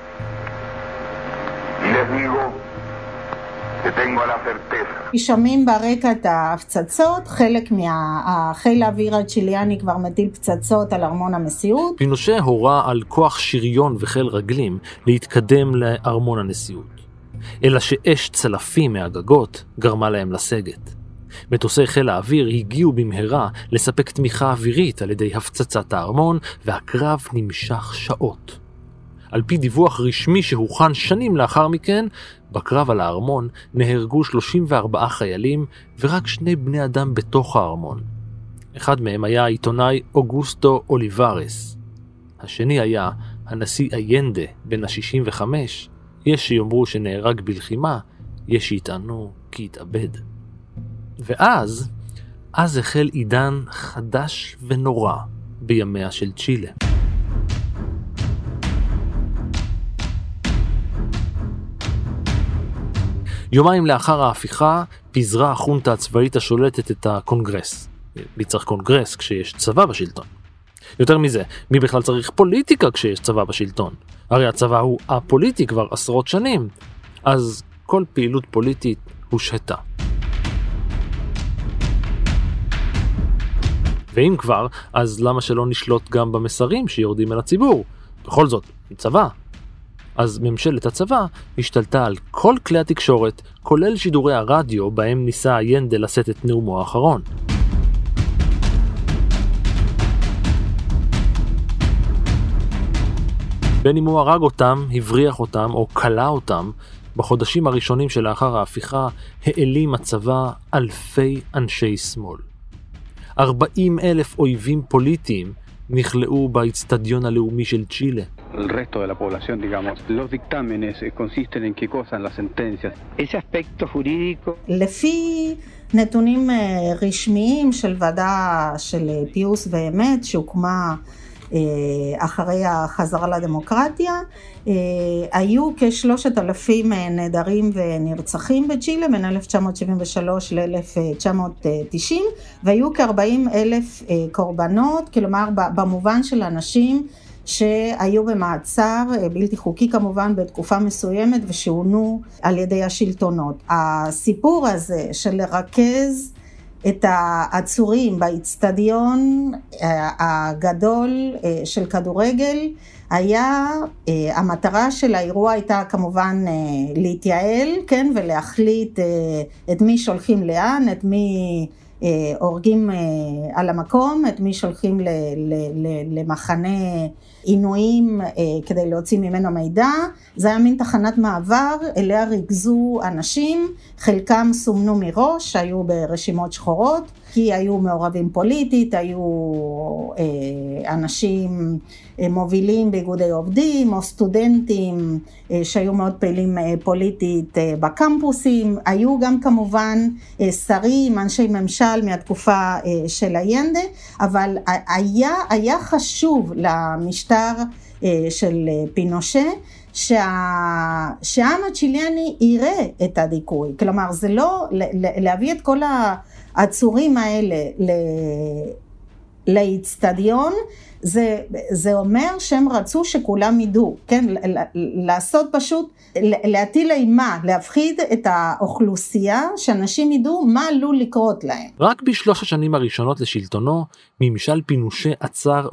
Y les digo que tengo la certeza. שומעים ברקע את ההפצצות, חלק מהחיל האוויר הצ'יליאני כבר מטיל פצצות על ארמון הנשיאות. פינושה הורה על כוח שריון וחיל רגלים להתקדם לארמון הנשיאות. אלא שאש צלפים מהגגות גרמה להם לסגת. מטוסי חיל האוויר הגיעו במהרה לספק תמיכה אווירית על ידי הפצצת הארמון, והקרב נמשך שעות. על פי דיווח רשמי שהוכן שנים לאחר מכן, בקרב על הארמון נהרגו 34 חיילים ורק 2 בני אדם בתוך הארמון. אחד מהם היה העיתונאי אוגוסטו אוליברס. השני היה הנשיא איינדה בן ה-65. יש שיאמרו שנהרג בלחימה, יש שיטענו כי התאבד. ואז החל עידן חדש ונורא בימיה של צ'ילה. יומיים לאחר ההפיכה פיזרה החונטה הצבאית השולטת את הקונגרס. מי צריך קונגרס כשיש צבא בשלטון? יותר מזה, מי בכלל צריך פוליטיקה כשיש צבא בשלטון? הרי הצבא הוא הפוליטי כבר עשרות שנים, אז כל פעילות פוליטית הושהתה. ואם כבר, אז למה שלא נשלוט גם במסרים שיורדים אל הציבור? בכל זאת, צבא. אז ממשלת הצבא השתלטה על כל כלי התקשורת, כולל שידורי הרדיו בהם ניסה איינדה לשאת את נאומו האחרון. בין אם הוא הרג אותם, הבריח אותם או קלה אותם, בחודשים הראשונים שלאחר ההפיכה העלים הצבא אלפי אנשי שמאל. 40,000 אויבים פוליטיים נכלאו באצטדיון הלאומי של צ'ילה. El resto de la población, digamos, los dictámenes consisten en qué cosa en las sentencias. Ese aspecto jurídico. לפי נתונים רשמיים של ועדה של פיוס ואמת שהוקמה אחרי החזרה לדמוקרטיה. היו כ3,000 נעדרים ונרצחים בצ'ילה בין 1973 ל-1990, והיו כ40,000 קורבנות, כלומר במובן של אנשים שהיו במעצר בלתי חוקי כמובן בתקופה מסוימת ושעונו על ידי השלטונות. הסיפור הזה של לרכז את העצורים באצטדיון הגדול של כדורגל, המטרה של האירוע הייתה כמובן להתייעל, כן, ולהחליט את מי שולחים לאן, את מי הורגים על המקום, את מי שולחים למחנה עינויים כדי להוציא ממנו מידע. זה היה מין תחנת מעבר, אליה ריכזו אנשים, חלקם סומנו מראש, היו ברשימות שחורות, כי היו מעורבים פוליטית, היו אנשים מובילים באיגודי עובדים, או סטודנטים שהיו מאוד פעילים פוליטית בקמפוסים, היו גם כמובן שרים, אנשי ממשל מהתקופה של איינדה, אבל היה חשוב למשטר של פינושה, שהעם הצ'יליאני יראה את הדיכוי. כלומר, זה לא להביא את כל העצורים האלה לאצטדיון, זה אומר שהם רצו שכולם ידעו, כן? לעשות פשוט, להטיל אימה, להפחיד את האוכלוסייה, שאנשים ידעו מה עלול לקרות להם. רק בשלוש השנים הראשונות לשלטונו, ממשל פינושה עצר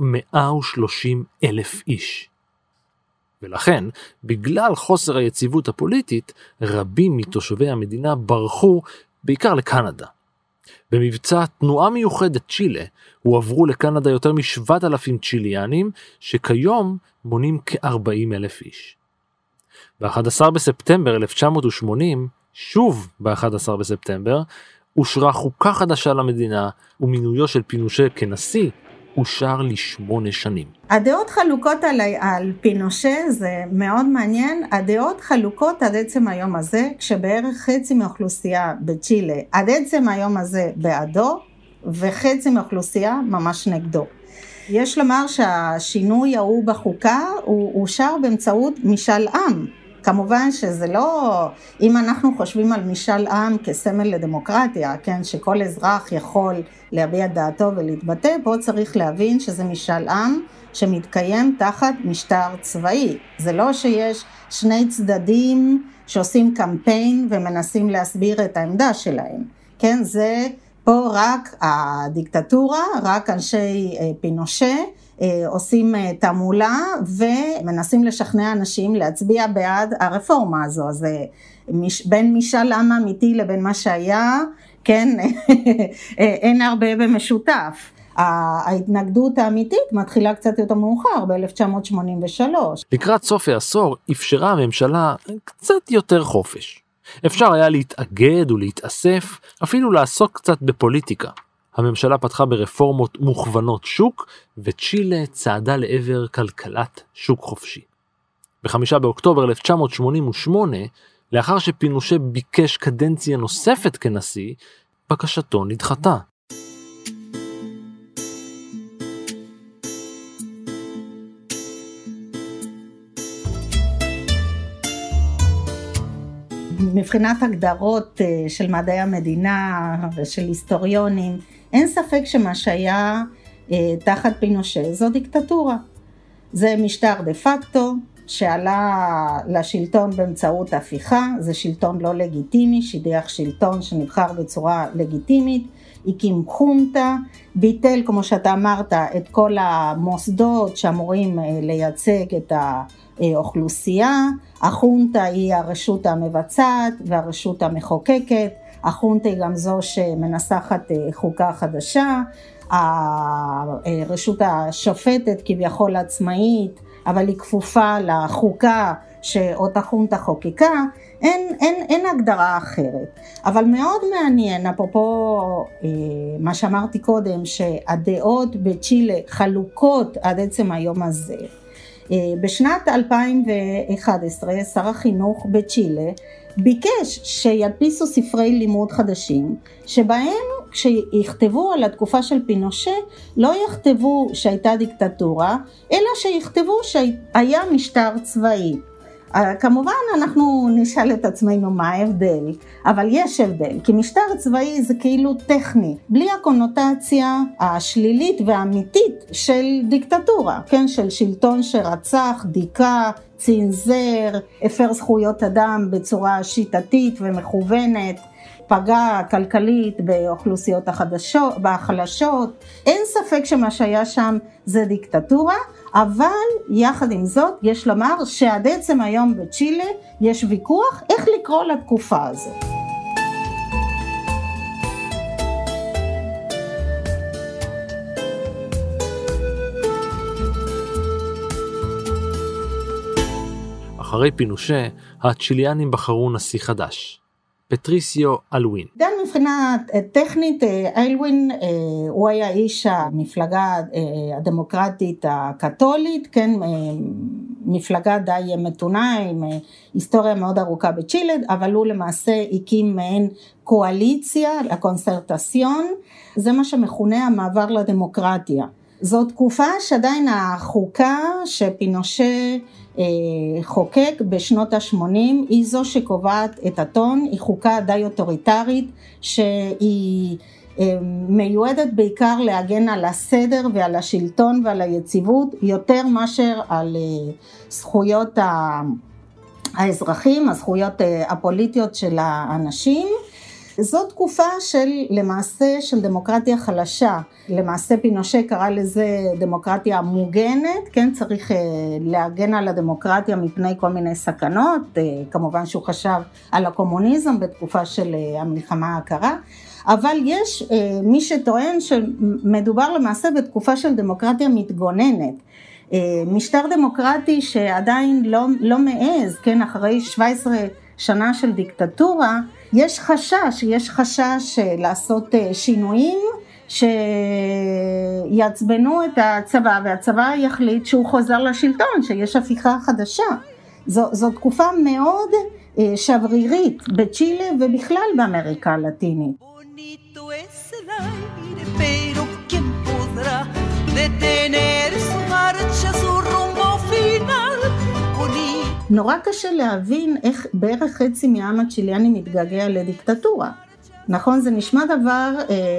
130,000 איש. ולכן, בגלל חוסר היציבות הפוליטית, רבים מתושבי המדינה ברחו בעיקר לקנדה. במבצע תנועה מיוחדת צ'ילה, הועברו לקנדה יותר מ7,000 צ'יליאנים, שכיום מונים כ40,000 איש. ב-11 בספטמבר 1980, שוב ב-11 בספטמבר, אושרה חוקה חדשה למדינה, ומינויו של פינושה כנשיא אושר ל8 שנים. הדעות חלוקות על פינושה, זה מאוד מעניין, הדעות חלוקות עד עצם היום הזה, כשבערך חצי מאוכלוסייה בצ'ילה, עד עצם היום הזה בעדו, וחצי מאוכלוסייה ממש נגדו. יש לומר שהשינוי ההוא בחוקה, הוא אושר באמצעות משאל עם. כמובן שזה לא, אם אנחנו חושבים על משאל עם כסמל לדמוקרטיה, כן, שכל אזרח יכול להביע דעתו ולהתבטא, פה צריך להבין שזה משאל עם שמתקיים תחת משטר צבאי. זה לא שיש שני צדדים שעושים קמפיין ומנסים להסביר את העמדה שלהם. כן, זה פה רק הדיקטטורה, רק אנשי פינושה, עושים תעמולה ומנסים לשכנע אנשים להצביע בעד הרפורמה הזו. אז בין משאל עם אמיתי לבין מה שהיה, כן, אין הרבה במשותף. ההתנגדות האמיתית מתחילה קצת יותר מאוחר, ב-1983. לקראת סוף העשור אפשרה הממשלה קצת יותר חופש. אפשר היה להתאגד ולהתאסף, אפילו לעסוק קצת בפוליטיקה. הממשלה פתחה ברפורמות מוכוונות שוק, וצ'ילה צעדה לעבר כלכלת שוק חופשי. ב5 באוקטובר 1988, לאחר שפינושה ביקש קדנציה נוספת כנשיא, בקשתו נדחתה. מבחינת הגדרות של מדעי המדינה ושל היסטוריונים, אין ספק שמה שהיה תחת פינושה זו דיקטטורה. זה משטר דה פקטו שעלה לשלטון באמצעות הפיכה, זה שלטון לא לגיטימי, שידך שלטון שנבחר בצורה לגיטימית, הקים חונטה, ביטל כמו שאתה אמרת את כל המוסדות שאמורים לייצג את האוכלוסייה, החונטה היא הרשות המבצעת והרשות המחוקקת, החונטה היא גם זו שמנסחת חוקה חדשה, הרשות השופטת כביכול עצמאית, אבל היא כפופה לחוקה שאותה חונטה חוקקה, אין הגדרה אחרת. אבל מאוד מעניין, אפרופו מה שאמרתי קודם, שהדעות בצ'ילה חלוקות עד עצם היום הזה. בשנת 2011 שר החינוך בצ'ילה ביקש שידפיסו ספרי לימוד חדשים, שבהם כשיכתבו על התקופה של פינושה, לא יכתבו שהייתה דיקטטורה, אלא שיכתבו שהיה משטר צבאי. כמובן אנחנו נשאל את עצמנו מה ההבדל, אבל יש הבדל, כי משטר צבאי זה כאילו טכני, בלי הקונוטציה השלילית והאמיתית של דיקטטורה, כן? של שלטון שרצח, דיכא, צנזר, הפר זכויות אדם בצורה שיטתית ומכוונת, פגע כלכלית באוכלוסיות החלשות. אין ספק שמה שהיה שם זה דיקטטורה, אבל יחד עם זאת יש לומר שעד עצם היום בצ'ילה יש ויכוח איך לקרוא לתקופה הזאת. אחרי פינושה, הצ'יליאנים בחרו נשיא חדש, פטריסיו אלווין. גם מבחינה טכנית, אלווין הוא היה איש המפלגה הדמוקרטית הקתולית, כן, מפלגה די מתונה עם היסטוריה מאוד ארוכה בצ'ילה, אבל הוא למעשה הקים מעין קואליציה, הקונסרטציון, זה מה שמכונה המעבר לדמוקרטיה. זו תקופה שעדיין החוקה שפינושה חוקק בשנות ה-80 היא זו שקובעת את הטון, היא חוקה די אוטוריטרית שהיא מיועדת בעיקר להגן על הסדר ועל השלטון ועל היציבות יותר מאשר על זכויות האזרחים, הזכויות הפוליטיות של האנשים. זו תקופה של למעשה של דמוקרטיה חלשה, למעשה פינושה קרא לזה דמוקרטיה מוגנת, כן, צריך להגן על הדמוקרטיה מפני כל מיני סכנות, כמובן שהוא חשב על הקומוניזם בתקופה של המלחמה הקרה, אבל יש מי שטוען שמדובר למעשה בתקופה של דמוקרטיה מתגוננת, משטר דמוקרטי שעדיין לא מעז, כן, אחרי 17 שנה של דיקטטורה, יש חשש לעשות שינויים שיעצבנו את הצבא, והצבא יחליט שהוא חוזר לשלטון, שיש הפיכה חדשה. זו תקופה מאוד שברירית בצ'ילה ובכלל באמריקה הלטינית. נורא קשה להבין איך בערך חצי מהעם הצ'יליאני מתגעגע לדיקטטורה. נכון, זה נשמע דבר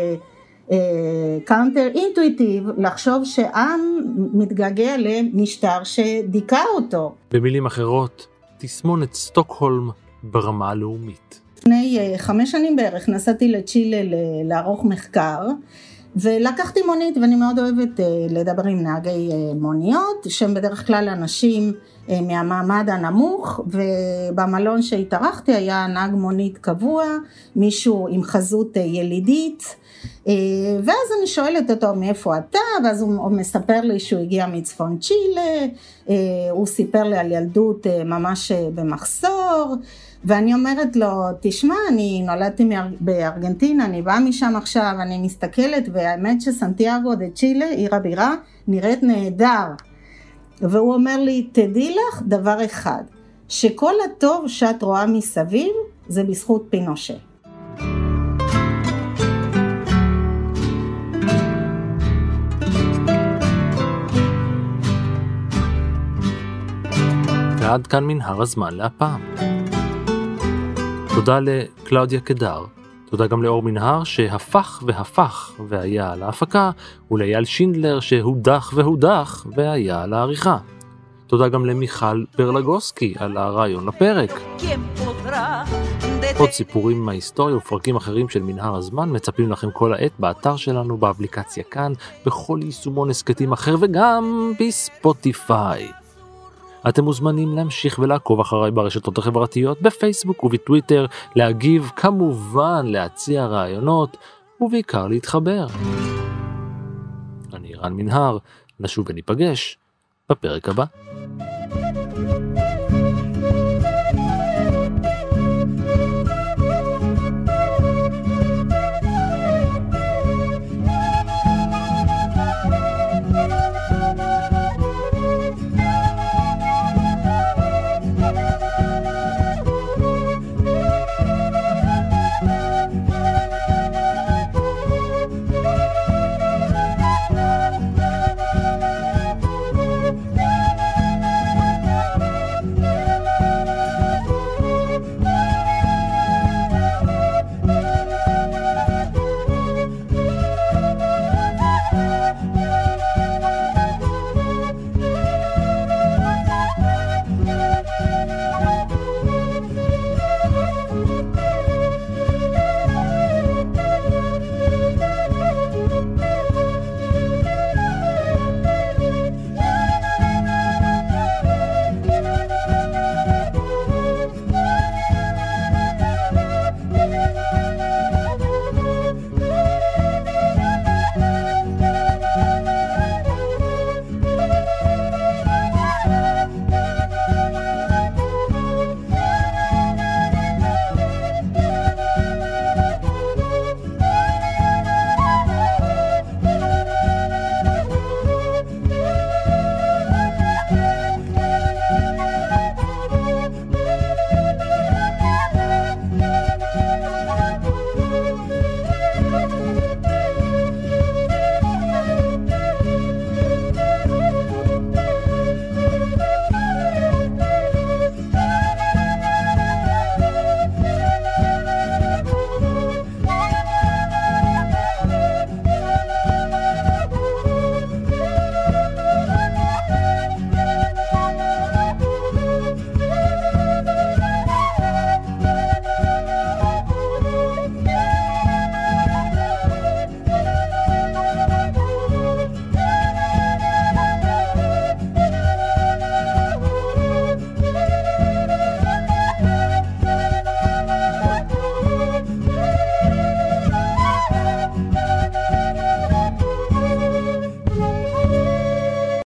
קאונטר אינטואיטיב לחשוב שעם מתגעגע למשטר שדיכא אותו. במילים אחרות, תסמונת סטוקהולם ברמה הלאומית. לפני 5 שנים בערך נסעתי לצ'ילה לערוך מחקר, ולקחתי מונית, ואני מאוד אוהבת לדבר עם נהגי מוניות, שהם בדרך כלל אנשים מהמעמד הנמוך, ובמלון שהתארחתי היה נהג מונית קבוע, מישהו עם חזות ילידית, ואז אני שואלת אותו מאיפה אתה, ואז הוא מספר לי שהוא הגיע מצפון צ'ילה, הוא סיפר לי על ילדות ממש במחסור, ואני אומרת לו, תשמע, אני נולדתי בארגנטינה, אני באה משם עכשיו, אני מסתכלת, והאמת שסנטיאגו דה צ'ילה, עיר הבירה, נראית נהדר. והוא אומר לי, תדעי לך דבר אחד, שכל הטוב שאת רואה מסביב, זה בזכות פינושה. ועד כאן מנהר הזמן להפעם. תודה לקלאודיה קדר, תודה גם לאור מנהר שהפך והיה על ההפקה, ולאייל שינדלר שהודח והיה על העריכה. תודה גם למיכל פרלגוסקי על הרעיון לפרק. עוד סיפורים מההיסטוריה ופרקים אחרים של מנהר הזמן מצפים לכם כל העת באתר שלנו, באפליקציה כאן, בכל יישומון הסקטים אחר וגם בספוטיפיי. אתם מוזמנים להמשיך ולעקוב אחריי ברשתות החברתיות, בפייסבוק ובטוויטר, להגיב, כמובן להציע רעיונות, ובעיקר להתחבר. אני רן מנהר, נשוב וניפגש בפרק הבא.